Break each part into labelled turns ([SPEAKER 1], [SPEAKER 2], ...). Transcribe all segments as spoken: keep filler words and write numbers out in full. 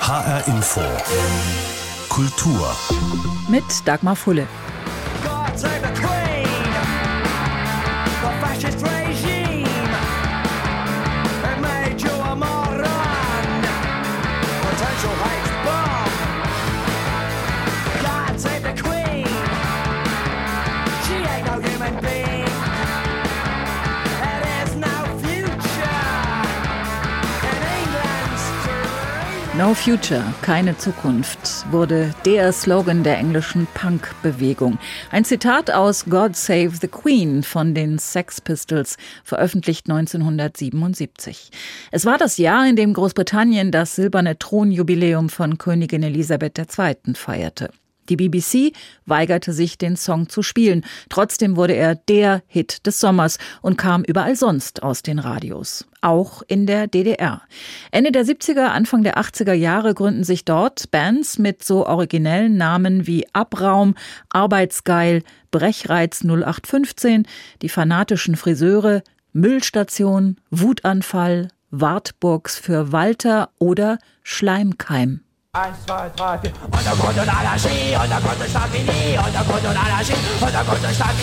[SPEAKER 1] H R Info Kultur
[SPEAKER 2] mit Dagmar Fulle. No Future, keine Zukunft, wurde der Slogan der englischen Punk-Bewegung. Ein Zitat aus God Save the Queen von den Sex Pistols, veröffentlicht neunzehnhundertsiebenundsiebzig. Es war das Jahr, in dem Großbritannien das silberne Thronjubiläum von Königin Elisabeth der Zweite feierte. Die B B C weigerte sich, den Song zu spielen. Trotzdem wurde er der Hit des Sommers und kam überall sonst aus den Radios. Auch in der D D R. Ende der siebziger, Anfang der achtziger Jahre gründen sich dort Bands mit so originellen Namen wie Abraum, Arbeitsgeil, Brechreiz null acht fünfzehn, die fanatischen Friseure, Müllstation, Wutanfall, Wartburgs für Walter oder Schleimkeim.
[SPEAKER 3] Eins, zwei, drei, vier. Untergrund und Anarchie, Untergrund und Stadt wie nie, Untergrund und Anarchie, Untergrund und Stadt wie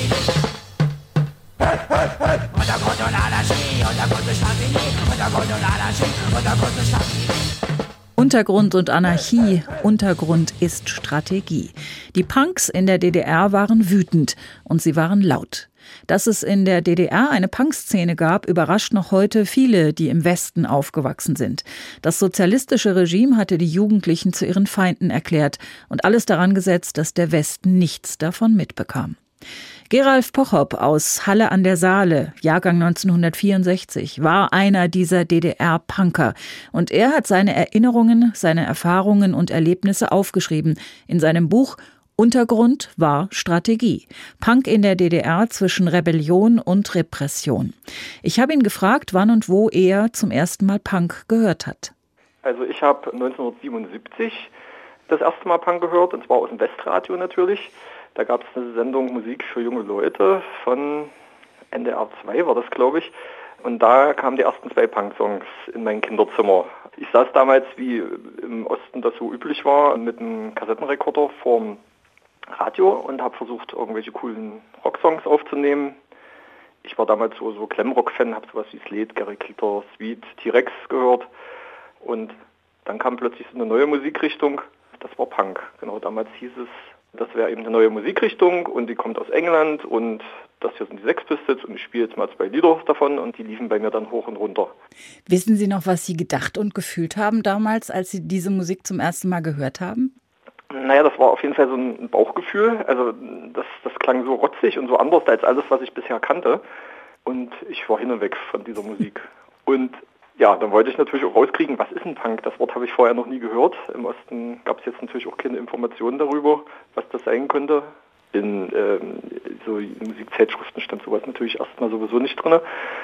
[SPEAKER 3] nie. Hey, hey, hey. Untergrund und Anarchie, Untergrund und Stadt wie nie, Untergrund und Anarchie, Untergrund und Stadt wie nie.
[SPEAKER 2] Untergrund und Anarchie, Untergrund ist Strategie. Die Punks in der D D R waren wütend und sie waren laut. Dass es in der D D R eine Punkszene gab, überrascht noch heute viele, die im Westen aufgewachsen sind. Das sozialistische Regime hatte die Jugendlichen zu ihren Feinden erklärt und alles daran gesetzt, dass der Westen nichts davon mitbekam. Geralf Pochop aus Halle an der Saale, Jahrgang neunzehnhundertvierundsechzig, war einer dieser D D R-Punker. Und er hat seine Erinnerungen, seine Erfahrungen und Erlebnisse aufgeschrieben in seinem Buch Untergrund war Strategie. Punk in der D D R zwischen Rebellion und Repression. Ich habe ihn gefragt, wann und wo er zum ersten Mal Punk gehört hat.
[SPEAKER 4] Also ich habe neunzehnhundertsiebenundsiebzig das erste Mal Punk gehört, und zwar aus dem Westradio natürlich. Da gab es eine Sendung Musik für junge Leute von N D R zwei war das, glaube ich. Und da kamen die ersten zwei Punk-Songs in mein Kinderzimmer. Ich saß damals, wie im Osten das so üblich war, mit einem Kassettenrekorder vorm Radio und habe versucht, irgendwelche coolen Rocksongs aufzunehmen. Ich war damals so, so Glamrock-Fan, habe sowas wie Slade, Gary Glitter, Sweet, T-Rex gehört. Und dann kam plötzlich so eine neue Musikrichtung, das war Punk. Genau, damals hieß es, das wäre eben eine neue Musikrichtung und die kommt aus England und das hier sind die Sex Pistols und ich spiele jetzt mal zwei Lieder davon und die liefen bei mir dann hoch und runter.
[SPEAKER 2] Wissen Sie noch, was Sie gedacht und gefühlt haben damals, als Sie diese Musik zum ersten Mal gehört haben?
[SPEAKER 4] Naja, das war auf jeden Fall so ein Bauchgefühl. Also das, das klang so rotzig und so anders als alles, was ich bisher kannte. Und ich war hin und weg von dieser Musik. Und ja, dann wollte ich natürlich auch rauskriegen, was ist ein Punk? Das Wort habe ich vorher noch nie gehört. Im Osten gab es jetzt natürlich auch keine Informationen darüber, was das sein könnte. In ähm, so Musikzeitschriften stand sowas natürlich erstmal sowieso nicht drin.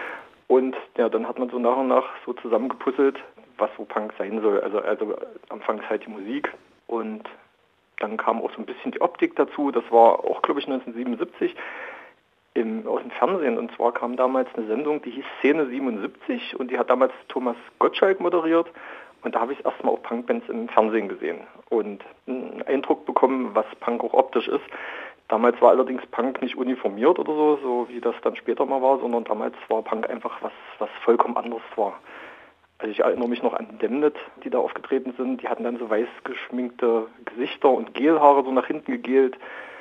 [SPEAKER 4] Und ja, dann hat man so nach und nach so zusammengepuzzelt, was so Punk sein soll. Also, also anfangs halt die Musik und dann kam auch so ein bisschen die Optik dazu. Das war auch, glaube ich, neunzehnhundertsiebenundsiebzig im, aus dem Fernsehen. Und zwar kam damals eine Sendung, die hieß Szene siebenundsiebzig und die hat damals Thomas Gottschalk moderiert. Und da habe ich erstmal auch Punkbands im Fernsehen gesehen und einen Eindruck bekommen, was Punk auch optisch ist. Damals war allerdings Punk nicht uniformiert oder so, so wie das dann später mal war, sondern damals war Punk einfach was, was vollkommen anderes war. Also ich erinnere mich noch an Demnet, die da aufgetreten sind. Die hatten dann so weiß geschminkte Gesichter und Gelhaare so nach hinten gegelt.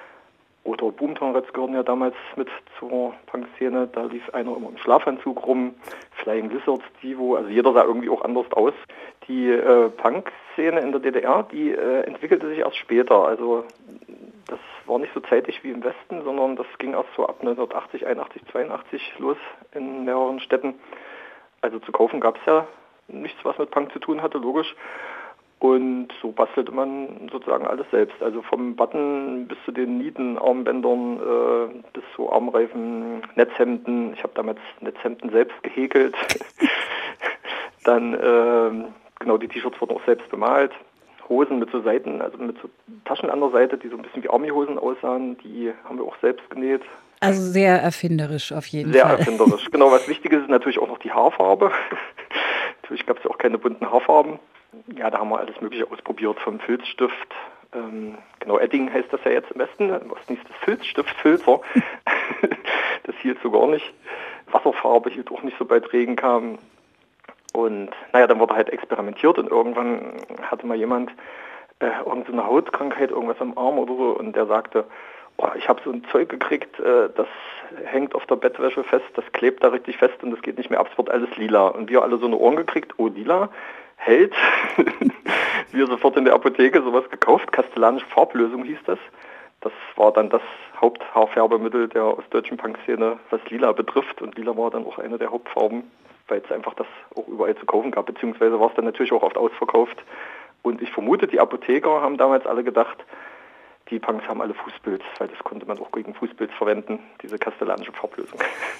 [SPEAKER 4] Oder Boomtown Rats gehörten ja damals mit zur Punk-Szene. Da lief einer immer im Schlafanzug rum. Flying Lizards, Divo, also jeder sah irgendwie auch anders aus. Die äh, Punk-Szene in der D D R, die äh, entwickelte sich erst später. Also das war nicht so zeitig wie im Westen, sondern das ging erst so ab neunzehnhundertachtzig, einundachtzig, zweiundachtzig los in mehreren Städten. Also zu kaufen gab es ja nichts, was mit Punk zu tun hatte, logisch. Und so bastelte man sozusagen alles selbst. Also vom Button bis zu den Nieten, Armbändern, äh, bis zu Armreifen, Netzhemden. Ich habe damals Netzhemden selbst gehäkelt. Dann, äh, genau, die T-Shirts wurden auch selbst bemalt. Hosen mit so Seiten, also mit so Taschen an der Seite, die so ein bisschen wie Army-Hosen aussahen, die haben wir auch selbst genäht.
[SPEAKER 2] Also sehr erfinderisch auf jeden
[SPEAKER 4] Sehr
[SPEAKER 2] Fall.
[SPEAKER 4] Sehr erfinderisch. Genau, was wichtig ist, ist natürlich auch noch die Haarfarbe. Natürlich gab es ja auch keine bunten Haarfarben. Ja, da haben wir alles Mögliche ausprobiert, vom Filzstift, ähm, genau, Edding heißt das ja jetzt im Westen, im Osten ist das Filzstiftfilzer, das hielt so gar nicht. Wasserfarbe hielt auch nicht, sobald Regen kam. Und naja, dann wurde halt experimentiert und irgendwann hatte mal jemand äh, irgendeine Hautkrankheit, irgendwas am Arm oder so, und der sagte, oh, ich habe so ein Zeug gekriegt, äh, das hängt auf der Bettwäsche fest, das klebt da richtig fest und das geht nicht mehr ab, es wird alles lila. Und wir alle so eine Ohren gekriegt, oh lila, hält. Wir sofort in der Apotheke sowas gekauft, kastellanische Farblösung hieß das. Das war dann das Haupthaarfärbemittel der ostdeutschen Punkszene, was lila betrifft, und lila war dann auch eine der Hauptfarben, weil es einfach das auch überall zu kaufen gab, beziehungsweise war es dann natürlich auch oft ausverkauft. Und ich vermute, die Apotheker haben damals alle gedacht, die Punks haben alle Fußpilz, weil das konnte man auch gegen Fußpilz verwenden, diese kastellanische Farblösung.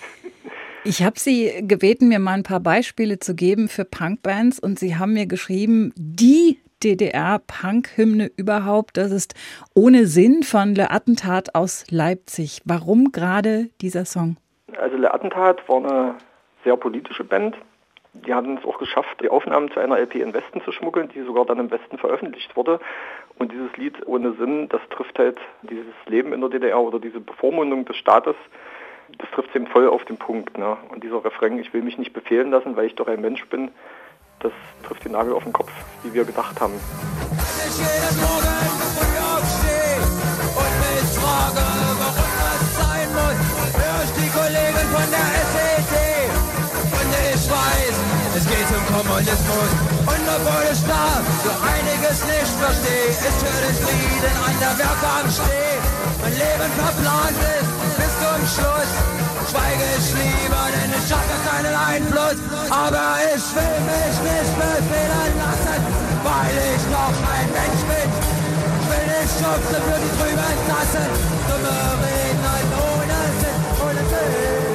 [SPEAKER 2] Ich habe Sie gebeten, mir mal ein paar Beispiele zu geben für Punkbands, und Sie haben mir geschrieben, die D D R-Punk-Hymne überhaupt, das ist Ohne Sinn von Le Attentat aus Leipzig. Warum gerade dieser Song?
[SPEAKER 4] Also Le Attentat war eine sehr politische Band. Die haben es auch geschafft, die Aufnahmen zu einer L P in den Westen zu schmuggeln, die sogar dann im Westen veröffentlicht wurde. Und dieses Lied Ohne Sinn, das trifft halt dieses Leben in der D D R oder diese Bevormundung des Staates, das trifft eben voll auf den Punkt. Ne? Und dieser Refrain, ich will mich nicht befehlen lassen, weil ich doch ein Mensch bin, das trifft den Nagel auf den Kopf, wie wir gedacht haben.
[SPEAKER 3] Wenn ich jeden Morgen früh aufstehe und mich frage, warum das sein muss, höre ich die Kollegen von der S E D. Und ich weiß, es geht um Kommunismus. Und obwohl ich da so einiges nicht verstehe, ist für den Frieden an der Werkbank stehe. Mein Leben verplant ist bis zum Schluss. Schweige ich lieber, denn ich habe ja keinen Einfluss. Aber ich will mich nicht befehlen lassen, weil ich noch ein Mensch bin. Ich will nicht schubsen für die trüben Tassen. Dumme Reden ohne Sinn, ohne Sinn.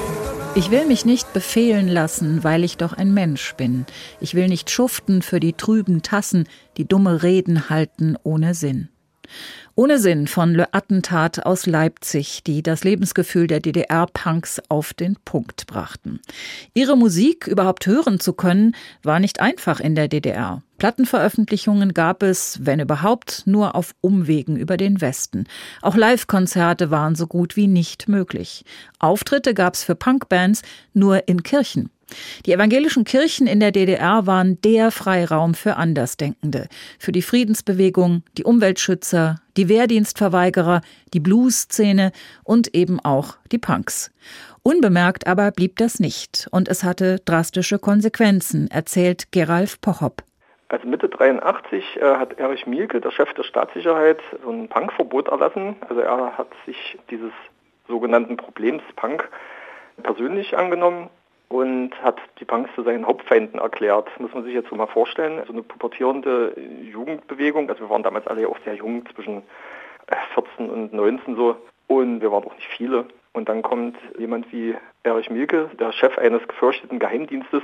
[SPEAKER 2] Ich will mich nicht befehlen lassen, weil ich doch ein Mensch bin. Ich will nicht schuften für die trüben Tassen, die dumme Reden halten ohne Sinn. Ohne Sinn von Le Attentat aus Leipzig, die das Lebensgefühl der D D R-Punks auf den Punkt brachten. Ihre Musik überhaupt hören zu können, war nicht einfach in der D D R. Plattenveröffentlichungen gab es, wenn überhaupt, nur auf Umwegen über den Westen. Auch Live-Konzerte waren so gut wie nicht möglich. Auftritte gab es für Punkbands nur in Kirchen. Die evangelischen Kirchen in der D D R waren der Freiraum für Andersdenkende, für die Friedensbewegung, die Umweltschützer, die Wehrdienstverweigerer, die Blues-Szene und eben auch die Punks. Unbemerkt aber blieb das nicht und es hatte drastische Konsequenzen, erzählt Geralf Pochop.
[SPEAKER 4] Also Mitte dreiundachtzig äh, hat Erich Mielke, der Chef der Staatssicherheit, so ein Punkverbot erlassen. Also er hat sich dieses sogenannten Problems Punk persönlich angenommen und hat die Punks zu seinen Hauptfeinden erklärt. Muss man sich jetzt so mal vorstellen. So eine pubertierende Jugendbewegung, also wir waren damals alle ja auch sehr jung, zwischen vierzehn und neunzehn so, und wir waren auch nicht viele. Und dann kommt jemand wie Erich Mielke, der Chef eines gefürchteten Geheimdienstes,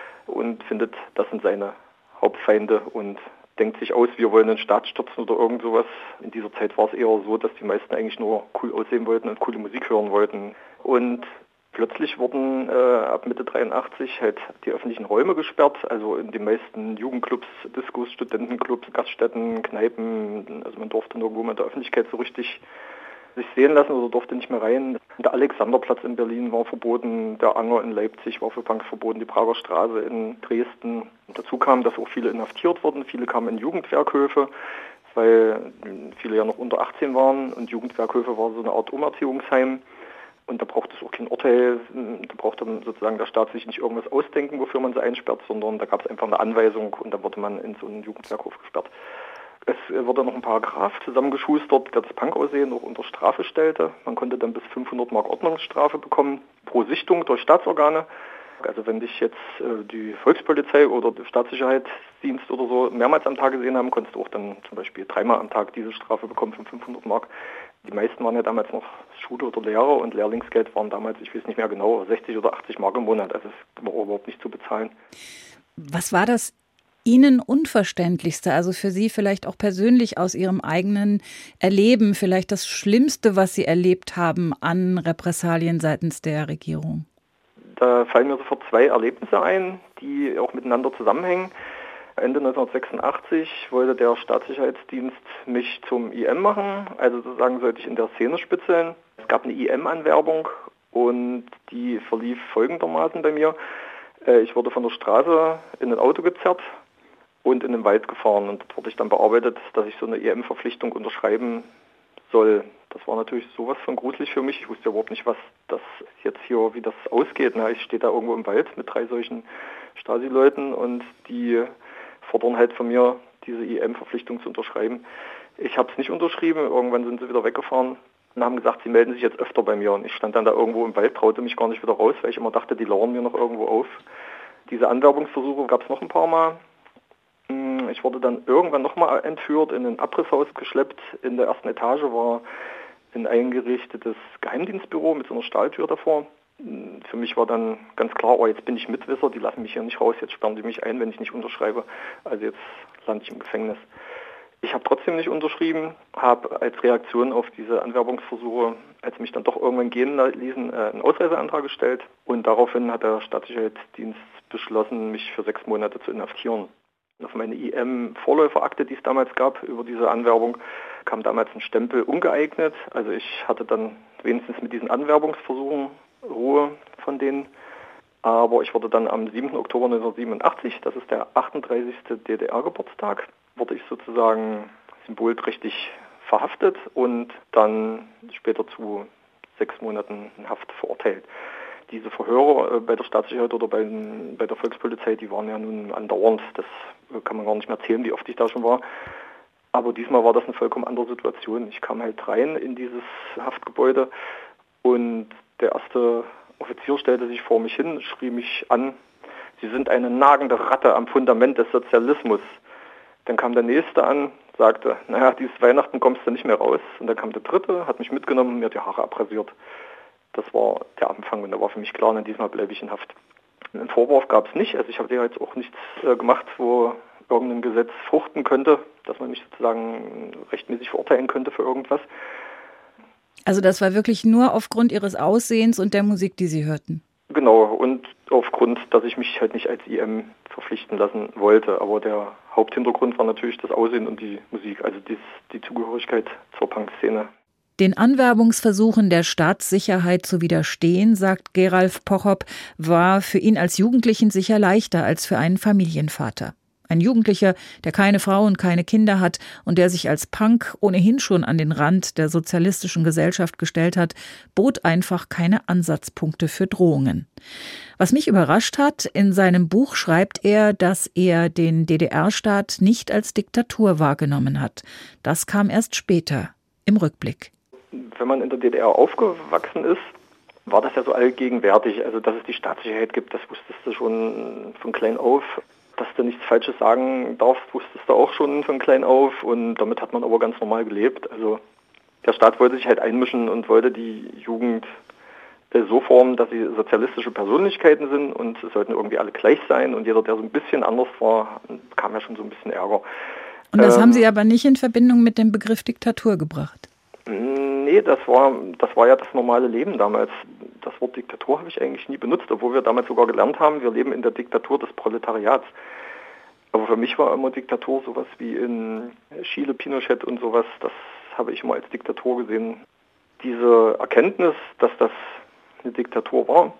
[SPEAKER 4] und findet, das sind seine Hauptfeinde und denkt sich aus, wir wollen den Staat stürzen oder irgend sowas. In dieser Zeit war es eher so, dass die meisten eigentlich nur cool aussehen wollten und coole Musik hören wollten. Und plötzlich wurden äh, ab Mitte dreiundachtzig halt die öffentlichen Räume gesperrt, also in den meisten Jugendclubs, Diskos, Studentenclubs, Gaststätten, Kneipen. Also man durfte nirgendwo mit der Öffentlichkeit so richtig sich sehen lassen oder durfte nicht mehr rein. Der Alexanderplatz in Berlin war verboten, der Anger in Leipzig war für Punks verboten, die Prager Straße in Dresden. Und dazu kam, dass auch viele inhaftiert wurden, viele kamen in Jugendwerkhöfe, weil viele ja noch unter achtzehn waren, und Jugendwerkhöfe war so eine Art Umerziehungsheim. Und da braucht es auch kein Urteil, da brauchte sozusagen der Staat sich nicht irgendwas ausdenken, wofür man sie einsperrt, sondern da gab es einfach eine Anweisung und dann wurde man in so einen Jugendwerkhof gesperrt. Es wurde noch ein Paragraph zusammengeschustert, der das Punk-Aussehen auch unter Strafe stellte. Man konnte dann bis fünfhundert Mark Ordnungsstrafe bekommen pro Sichtung durch Staatsorgane. Also wenn dich jetzt äh, die Volkspolizei oder der Staatssicherheitsdienst oder so mehrmals am Tag gesehen haben, konntest du auch dann zum Beispiel dreimal am Tag diese Strafe bekommen von fünfhundert Mark. Die meisten waren ja damals noch Schule oder Lehrer und Lehrlingsgeld waren damals, ich weiß nicht mehr genau, sechzig oder achtzig Mark im Monat. Also es war überhaupt nicht zu bezahlen.
[SPEAKER 2] Was war das Ihnen Unverständlichste, also für Sie vielleicht auch persönlich aus Ihrem eigenen Erleben, vielleicht das Schlimmste, was Sie erlebt haben an Repressalien seitens der Regierung?
[SPEAKER 4] Da fallen mir sofort zwei Erlebnisse ein, die auch miteinander zusammenhängen. Ende neunzehnhundertsechsundachtzig wollte der Staatssicherheitsdienst mich zum I M machen, also sozusagen sollte ich in der Szene spitzeln. Es gab eine I M-Anwerbung und die verlief folgendermaßen bei mir. Ich wurde von der Straße in ein Auto gezerrt und in den Wald gefahren und dort wurde ich dann bearbeitet, dass ich so eine I M-Verpflichtung unterschreiben soll. Das war natürlich sowas von gruselig für mich. Ich wusste überhaupt nicht, was das jetzt hier, wie das ausgeht. Na, ich stehe da irgendwo im Wald mit drei solchen Stasi-Leuten und die fordern halt von mir, diese I M-Verpflichtung zu unterschreiben. Ich habe es nicht unterschrieben. Irgendwann sind sie wieder weggefahren und haben gesagt, sie melden sich jetzt öfter bei mir. Und ich stand dann da irgendwo im Wald, traute mich gar nicht wieder raus, weil ich immer dachte, die lauern mir noch irgendwo auf. Diese Anwerbungsversuche gab es noch ein paar Mal. Ich wurde dann irgendwann nochmal entführt, in ein Abrisshaus geschleppt. In der ersten Etage war ein eingerichtetes Geheimdienstbüro mit so einer Stahltür davor. Für mich war dann ganz klar, oh, jetzt bin ich Mitwisser, die lassen mich hier nicht raus, jetzt sperren die mich ein, wenn ich nicht unterschreibe. Also jetzt lande ich im Gefängnis. Ich habe trotzdem nicht unterschrieben, habe als Reaktion auf diese Anwerbungsversuche, als mich dann doch irgendwann gehen ließen, einen Ausreiseantrag gestellt. Und daraufhin hat der Staatssicherheitsdienst beschlossen, mich für sechs Monate zu inhaftieren. Auf meine I M-Vorläuferakte, die es damals gab, über diese Anwerbung, kam damals ein Stempel ungeeignet. Also ich hatte dann wenigstens mit diesen Anwerbungsversuchen Ruhe von denen. Aber ich wurde dann am siebten Oktober neunzehnhundertsiebenundachtzig, das ist der achtunddreißigste D D R-Geburtstag, wurde ich sozusagen symbolträchtig verhaftet und dann später zu sechs Monaten in Haft verurteilt. Diese Verhöre bei der Staatssicherheit oder bei, bei der Volkspolizei, die waren ja nun andauernd, das kann man gar nicht mehr erzählen, wie oft ich da schon war. Aber diesmal war das eine vollkommen andere Situation. Ich kam halt rein in dieses Haftgebäude und der erste Offizier stellte sich vor mich hin, schrie mich an, Sie sind eine nagende Ratte am Fundament des Sozialismus. Dann kam der Nächste an, sagte, naja, dieses Weihnachten kommst du nicht mehr raus. Und dann kam der Dritte, hat mich mitgenommen und mir die Haare abrasiert. Das war der Anfang und da war für mich klar, diesmal bleibe ich in Haft. Einen Vorwurf gab es nicht, also ich habe ja jetzt auch nichts äh, gemacht, wo irgendein Gesetz fruchten könnte, dass man mich sozusagen rechtmäßig verurteilen könnte für irgendwas.
[SPEAKER 2] Also das war wirklich nur aufgrund Ihres Aussehens und der Musik, die Sie hörten?
[SPEAKER 4] Genau, und aufgrund, dass ich mich halt nicht als I M verpflichten lassen wollte. Aber der Haupthintergrund war natürlich das Aussehen und die Musik, also dies, die Zugehörigkeit zur Punkszene.
[SPEAKER 2] Den Anwerbungsversuchen der Staatssicherheit zu widerstehen, sagt Geralf Pochop, war für ihn als Jugendlichen sicher leichter als für einen Familienvater. Ein Jugendlicher, der keine Frau und keine Kinder hat und der sich als Punk ohnehin schon an den Rand der sozialistischen Gesellschaft gestellt hat, bot einfach keine Ansatzpunkte für Drohungen. Was mich überrascht hat, in seinem Buch schreibt er, dass er den D D R-Staat nicht als Diktatur wahrgenommen hat. Das kam erst später, im Rückblick.
[SPEAKER 4] Wenn man in der D D R aufgewachsen ist, war das ja so allgegenwärtig. Also, dass es die Staatssicherheit gibt, das wusstest du schon von klein auf. Dass du nichts Falsches sagen darfst, wusstest du auch schon von klein auf. Und damit hat man aber ganz normal gelebt. Also, der Staat wollte sich halt einmischen und wollte die Jugend so formen, dass sie sozialistische Persönlichkeiten sind und es sollten irgendwie alle gleich sein. Und jeder, der so ein bisschen anders war, bekam ja schon so ein bisschen Ärger.
[SPEAKER 2] Und das
[SPEAKER 4] ähm,
[SPEAKER 2] haben Sie aber nicht in Verbindung mit dem Begriff Diktatur gebracht?
[SPEAKER 4] Nee, das war, das war ja das normale Leben damals. Das Wort Diktatur habe ich eigentlich nie benutzt, obwohl wir damals sogar gelernt haben, wir leben in der Diktatur des Proletariats. Aber für mich war immer Diktatur sowas wie in Chile, Pinochet und sowas, das habe ich immer als Diktatur gesehen. Diese Erkenntnis, dass das eine Diktatur war,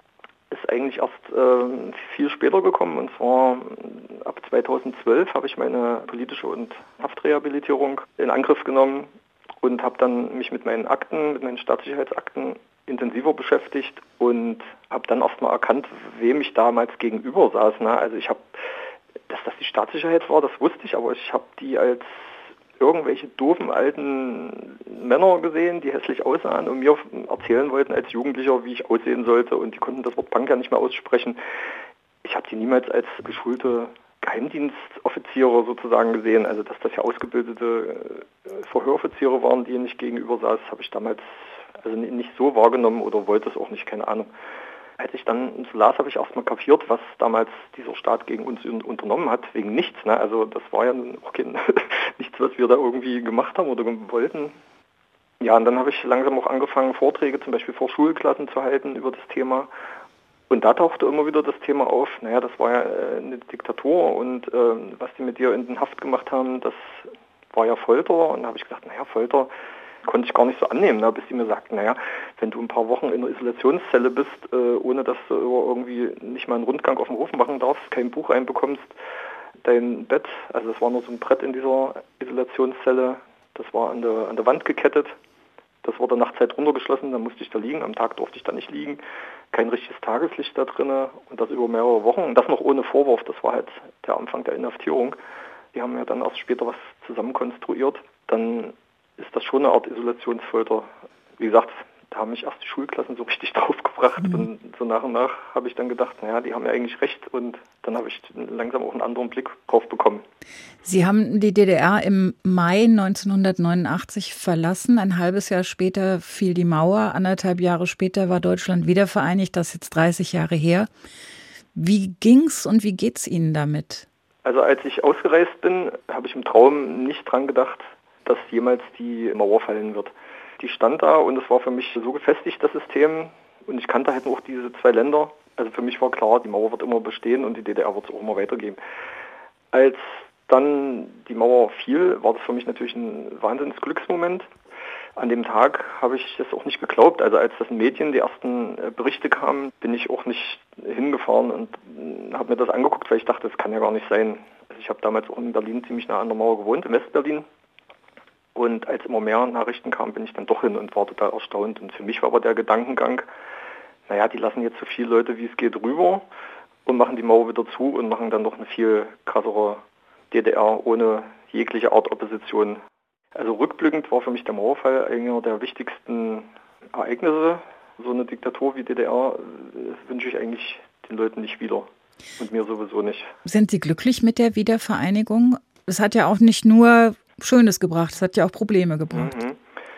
[SPEAKER 4] ist eigentlich erst äh, viel später gekommen. Und zwar ab zweitausendzwölf habe ich meine politische und Haftrehabilitierung in Angriff genommen und habe dann mich mit meinen Akten, mit meinen Staatssicherheitsakten intensiver beschäftigt und habe dann erstmal erkannt, wem ich damals gegenüber saß. Ne? Also ich habe, dass das die Staatssicherheit war, das wusste ich, aber ich habe die als irgendwelche doofen alten Männer gesehen, die hässlich aussahen und mir erzählen wollten als Jugendlicher, wie ich aussehen sollte, und die konnten das Wort Punk ja nicht mehr aussprechen. Ich habe die niemals als geschulte Geheimdienstoffiziere sozusagen gesehen, also dass das ja ausgebildete Verhöroffiziere waren, denen ich gegenüber saß, habe ich damals also nicht so wahrgenommen oder wollte es auch nicht, keine Ahnung. Als ich dann so las, habe ich erstmal kapiert, was damals dieser Staat gegen uns unternommen hat, wegen nichts. Ne? Also das war ja auch kein, nichts, was wir da irgendwie gemacht haben oder wollten. Ja, und dann habe ich langsam auch angefangen, Vorträge zum Beispiel vor Schulklassen zu halten über das Thema. Und da tauchte immer wieder das Thema auf, naja, das war ja eine Diktatur und äh, was die mit dir in den Haft gemacht haben, das war ja Folter. Und da habe ich gedacht, naja, Folter konnte ich gar nicht so annehmen, ne? Bis die mir sagten, naja, wenn du ein paar Wochen in einer Isolationszelle bist, äh, ohne dass du irgendwie nicht mal einen Rundgang auf dem Hof machen darfst, kein Buch reinbekommst, dein Bett, also es war nur so ein Brett in dieser Isolationszelle, das war an der, an der Wand gekettet. Das wurde nachts halt runtergeschlossen, dann musste ich da liegen, am Tag durfte ich da nicht liegen, kein richtiges Tageslicht da drin und das über mehrere Wochen und das noch ohne Vorwurf, das war halt der Anfang der Inhaftierung. Die haben ja dann erst später was zusammen konstruiert, dann ist das schon eine Art Isolationsfolter. Wie gesagt, da haben mich erst die Schulklassen so richtig draufgebracht mhm. und so nach und nach habe ich dann gedacht, naja, die haben ja eigentlich recht und dann habe ich langsam auch einen anderen Blick drauf bekommen.
[SPEAKER 2] Sie haben die D D R im Mai neunzehnhundertneunundachtzig verlassen. Ein halbes Jahr später fiel die Mauer. Anderthalb Jahre später war Deutschland wiedervereinigt. Das ist jetzt dreißig Jahre her. Wie ging's und wie geht's Ihnen damit?
[SPEAKER 4] Also als ich ausgereist bin, habe ich im Traum nicht dran gedacht, dass jemals die Mauer fallen wird. Die stand da und es war für mich so gefestigt, das System. Und ich kannte halt auch diese zwei Länder. Also für mich war klar, die Mauer wird immer bestehen und die D D R wird es auch immer weitergeben. Als dann die Mauer fiel, war das für mich natürlich ein Wahnsinns-Glücksmoment. An dem Tag habe ich es auch nicht geglaubt. Also als das in Medien die ersten Berichte kamen, bin ich auch nicht hingefahren und habe mir das angeguckt, weil ich dachte, das kann ja gar nicht sein. Also ich habe damals auch in Berlin ziemlich nah an der Mauer gewohnt, in Westberlin. Und als immer mehr Nachrichten kamen, bin ich dann doch hin und war total erstaunt. Und für mich war aber der Gedankengang, naja, die lassen jetzt so viele Leute, wie es geht, rüber und machen die Mauer wieder zu und machen dann noch eine viel krassere D D R ohne jegliche Art Opposition. Also rückblickend war für mich der Mauerfall einer der wichtigsten Ereignisse. So eine Diktatur wie D D R wünsche ich eigentlich den Leuten nicht wieder und mir sowieso nicht.
[SPEAKER 2] Sind Sie glücklich mit der Wiedervereinigung? Es hat ja auch nicht nur Schönes gebracht, es hat ja auch Probleme gebracht.
[SPEAKER 4] Mhm.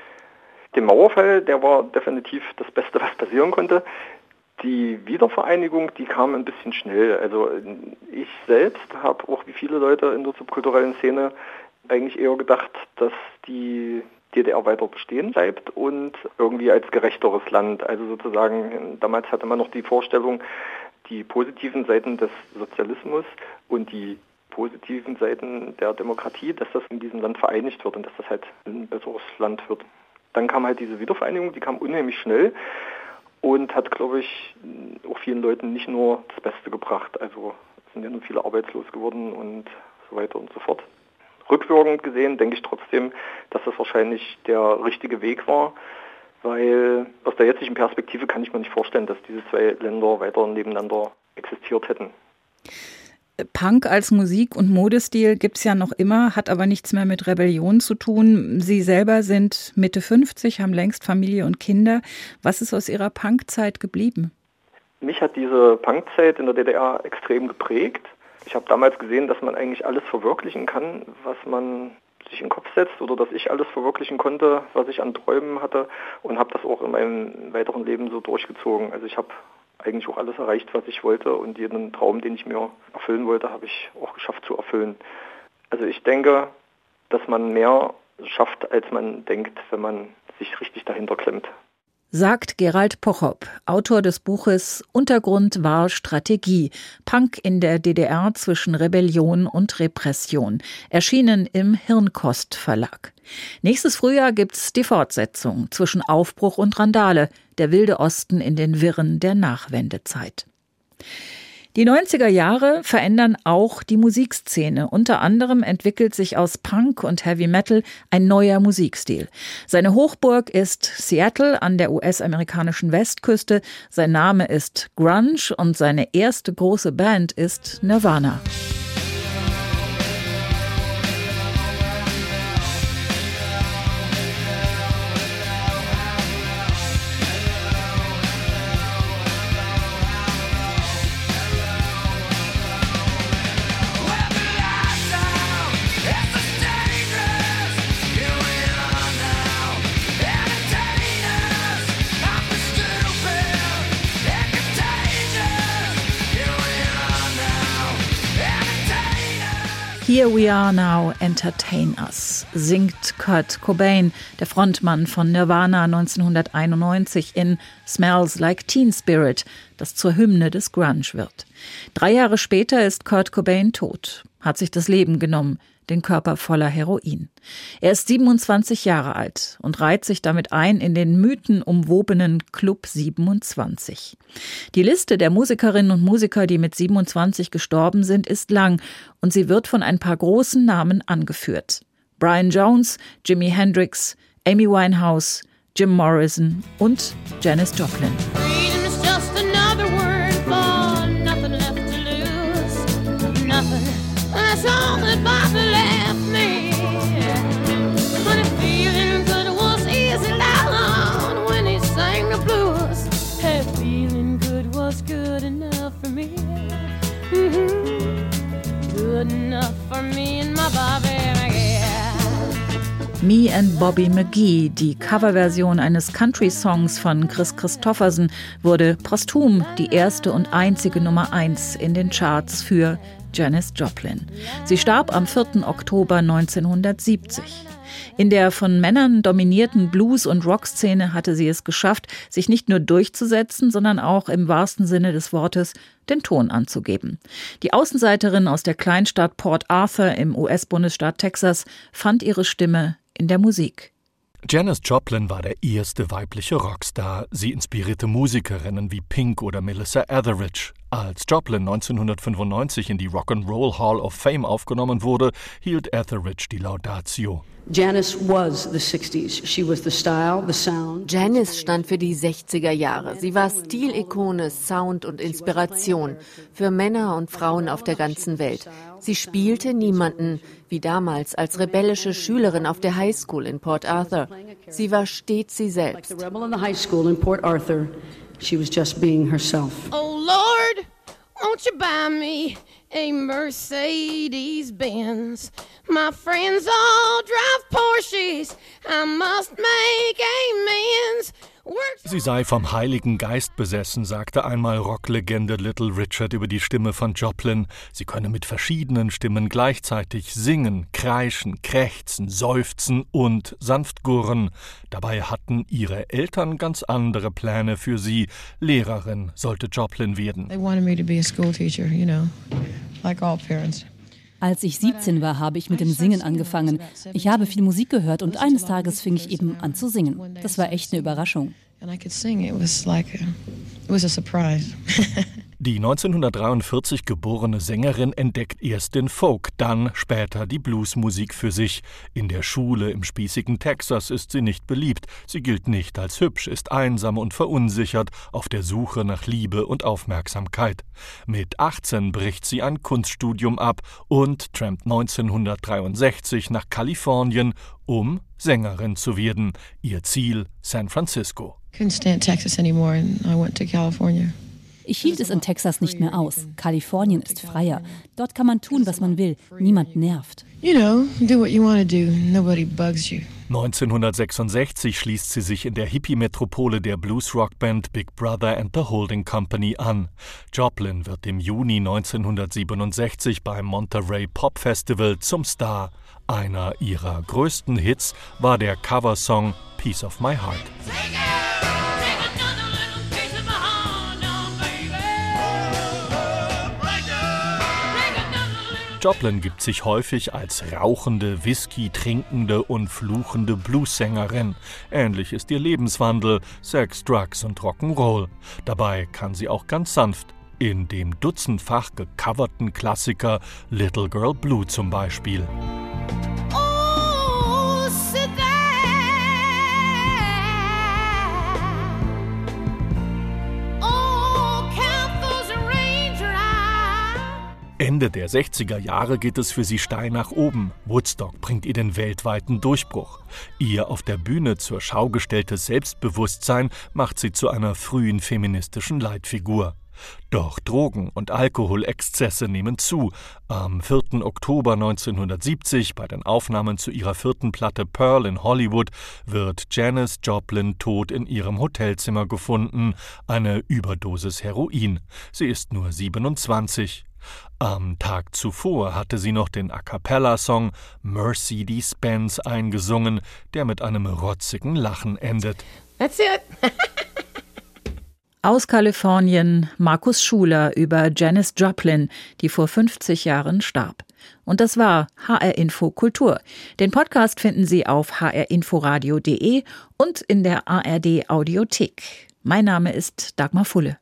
[SPEAKER 4] Der Mauerfall, der war definitiv das Beste, was passieren konnte. Die Wiedervereinigung, die kam ein bisschen schnell. Also ich selbst habe auch wie viele Leute in der subkulturellen Szene eigentlich eher gedacht, dass die D D R weiter bestehen bleibt und irgendwie als gerechteres Land. Also sozusagen, damals hatte man noch die Vorstellung, die positiven Seiten des Sozialismus und die positiven Seiten der Demokratie, dass das in diesem Land vereinigt wird und dass das halt ein besseres Land wird. Dann kam halt diese Wiedervereinigung, die kam unheimlich schnell und hat, glaube ich, auch vielen Leuten nicht nur das Beste gebracht. Also es sind ja nur viele arbeitslos geworden und so weiter und so fort. Rückwirkend gesehen denke ich trotzdem, dass das wahrscheinlich der richtige Weg war, weil aus der jetzigen Perspektive kann ich mir nicht vorstellen, dass diese zwei Länder weiter nebeneinander existiert hätten.
[SPEAKER 2] Punk als Musik- und Modestil gibt es ja noch immer, hat aber nichts mehr mit Rebellion zu tun. Sie selber sind Mitte fünfzig, haben längst Familie und Kinder. Was ist aus Ihrer Punkzeit geblieben?
[SPEAKER 4] Mich hat diese Punkzeit in der D D R extrem geprägt. Ich habe damals gesehen, dass man eigentlich alles verwirklichen kann, was man sich in den Kopf setzt oder dass ich alles verwirklichen konnte, was ich an Träumen hatte und habe das auch in meinem weiteren Leben so durchgezogen. Also ich habe eigentlich auch alles erreicht, was ich wollte und jeden Traum, den ich mir erfüllen wollte, habe ich auch geschafft zu erfüllen. Also ich denke, dass man mehr schafft, als man denkt, wenn man sich richtig dahinter klemmt.
[SPEAKER 2] Sagt Gerald Pochop, Autor des Buches Untergrund war Strategie. Punk in der D D R zwischen Rebellion und Repression. Erschienen im Hirnkost Verlag. Nächstes Frühjahr gibt's die Fortsetzung zwischen Aufbruch und Randale. Der wilde Osten in den Wirren der Nachwendezeit. Die neunziger Jahre verändern auch die Musikszene. Unter anderem entwickelt sich aus Punk und Heavy Metal ein neuer Musikstil. Seine Hochburg ist Seattle an der U S-amerikanischen Westküste. Sein Name ist Grunge und seine erste große Band ist Nirvana.
[SPEAKER 3] Yeah.
[SPEAKER 2] Here We Are Now, Entertain Us, singt Kurt Cobain, der Frontmann von Nirvana neunzehnhunderteinundneunzig in Smells Like Teen Spirit, das zur Hymne des Grunge wird. Drei Jahre später ist Kurt Cobain tot, hat sich das Leben genommen, den Körper voller Heroin. Er ist siebenundzwanzig Jahre alt und reiht sich damit ein in den mythenumwobenen Club siebenundzwanzig. Die Liste der Musikerinnen und Musiker, die mit siebenundzwanzig gestorben sind, ist lang und sie wird von ein paar großen Namen angeführt. Brian Jones, Jimi Hendrix, Amy Winehouse, Jim Morrison und Janis Joplin.
[SPEAKER 5] That's all that Bobby left me. But feeling good was easy down when he sang the blues. Hey, feeling good was good enough for me. Mm-hmm. Good enough for me and my Bobby, yeah.
[SPEAKER 2] Me and Bobby McGee, die Coverversion eines Country-Songs von Kris Kristofferson, wurde posthum die erste und einzige Nummer eins in den Charts für Janis Joplin. Sie starb am vierten Oktober neunzehnhundertsiebzig. In der von Männern dominierten Blues- und Rockszene hatte sie es geschafft, sich nicht nur durchzusetzen, sondern auch im wahrsten Sinne des Wortes den Ton anzugeben. Die Außenseiterin aus der Kleinstadt Port Arthur im U S-Bundesstaat Texas fand ihre Stimme in der Musik.
[SPEAKER 1] Janis Joplin war der erste weibliche Rockstar. Sie inspirierte Musikerinnen wie Pink oder Melissa Etheridge. Als Joplin neunzehnhundertfünfundneunzig in die Rock'n'Roll Hall of Fame aufgenommen wurde, hielt Etheridge die Laudatio.
[SPEAKER 6] Janis was the sixties. She was the style, the sound.
[SPEAKER 7] Janis stand für die sechziger Jahre. Sie war Stilikone, Sound und Inspiration für Männer und Frauen auf der ganzen Welt. Sie spielte niemanden, wie damals als rebellische Schülerin auf der Highschool in Port Arthur. Sie war stets sie selbst.
[SPEAKER 6] Like the rebel in the high school in Port Arthur, she was just being herself.
[SPEAKER 5] Oh Lord, won't you buy me a Mercedes Benz? My friends all drive Porsches. I must make amends.
[SPEAKER 1] Sie sei vom Heiligen Geist besessen, sagte einmal Rocklegende Little Richard über die Stimme von Joplin. Sie könne mit verschiedenen Stimmen gleichzeitig singen, kreischen, krächzen, seufzen und sanft gurren. Dabei hatten ihre Eltern ganz andere Pläne für sie. Lehrerin sollte Joplin werden.
[SPEAKER 8] They wanted me to be a school teacher, you know, like all parents.
[SPEAKER 9] Als ich siebzehn war, habe ich mit dem Singen angefangen. Ich habe viel Musik gehört und eines Tages fing ich eben an zu singen. Das war echt eine Überraschung.
[SPEAKER 1] Die neunzehnhundertdreiundvierzig geborene Sängerin entdeckt erst den Folk, dann später die Bluesmusik für sich. In der Schule im spießigen Texas ist sie nicht beliebt. Sie gilt nicht als hübsch, ist einsam und verunsichert, auf der Suche nach Liebe und Aufmerksamkeit. Mit achtzehn bricht sie ein Kunststudium ab und trampt neunzehnhundertdreiundsechzig nach Kalifornien, um Sängerin zu werden. Ihr Ziel San Francisco.
[SPEAKER 8] Couldn't stand Texas anymore and I went to California.
[SPEAKER 9] Ich hielt es in Texas nicht mehr aus. Kalifornien ist freier. Dort kann man tun, was man will. Niemand nervt.
[SPEAKER 8] You know, do what you want to do. Nobody bugs you.
[SPEAKER 1] neunzehnhundertsechsundsechzig schließt sie sich in der Hippie-Metropole der Blues-Rock-Band Big Brother and the Holding Company an. Joplin wird im Juni neunzehnhundertsiebenundsechzig beim Monterey Pop Festival zum Star. Einer ihrer größten Hits war der Coversong Piece of My Heart. Joplin gibt sich häufig als rauchende, Whisky trinkende und fluchende Bluessängerin. Ähnlich ist ihr Lebenswandel, Sex, Drugs und Rock'n'Roll. Dabei kann sie auch ganz sanft, in dem dutzendfach gecoverten Klassiker Little Girl Blue zum Beispiel. Ende der sechziger Jahre geht es für sie steil nach oben. Woodstock bringt ihr den weltweiten Durchbruch. Ihr auf der Bühne zur Schau gestelltes Selbstbewusstsein macht sie zu einer frühen feministischen Leitfigur. Doch Drogen- und Alkoholexzesse nehmen zu. Am vierten Oktober neunzehnhundertsiebzig, bei den Aufnahmen zu ihrer vierten Platte Pearl in Hollywood, wird Janis Joplin tot in ihrem Hotelzimmer gefunden. Eine Überdosis Heroin. Sie ist nur siebenundzwanzig. Am Tag zuvor hatte sie noch den A-cappella-Song Mercedes Benz eingesungen, der mit einem rotzigen Lachen endet.
[SPEAKER 10] That's it.
[SPEAKER 2] Aus Kalifornien Markus Schuler über Janis Joplin, die vor fünfzig Jahren starb. Und das war H R Info Kultur. Den Podcast finden Sie auf h r inforadio punkt d e und in der A R D Audiothek. Mein Name ist Dagmar Fulle.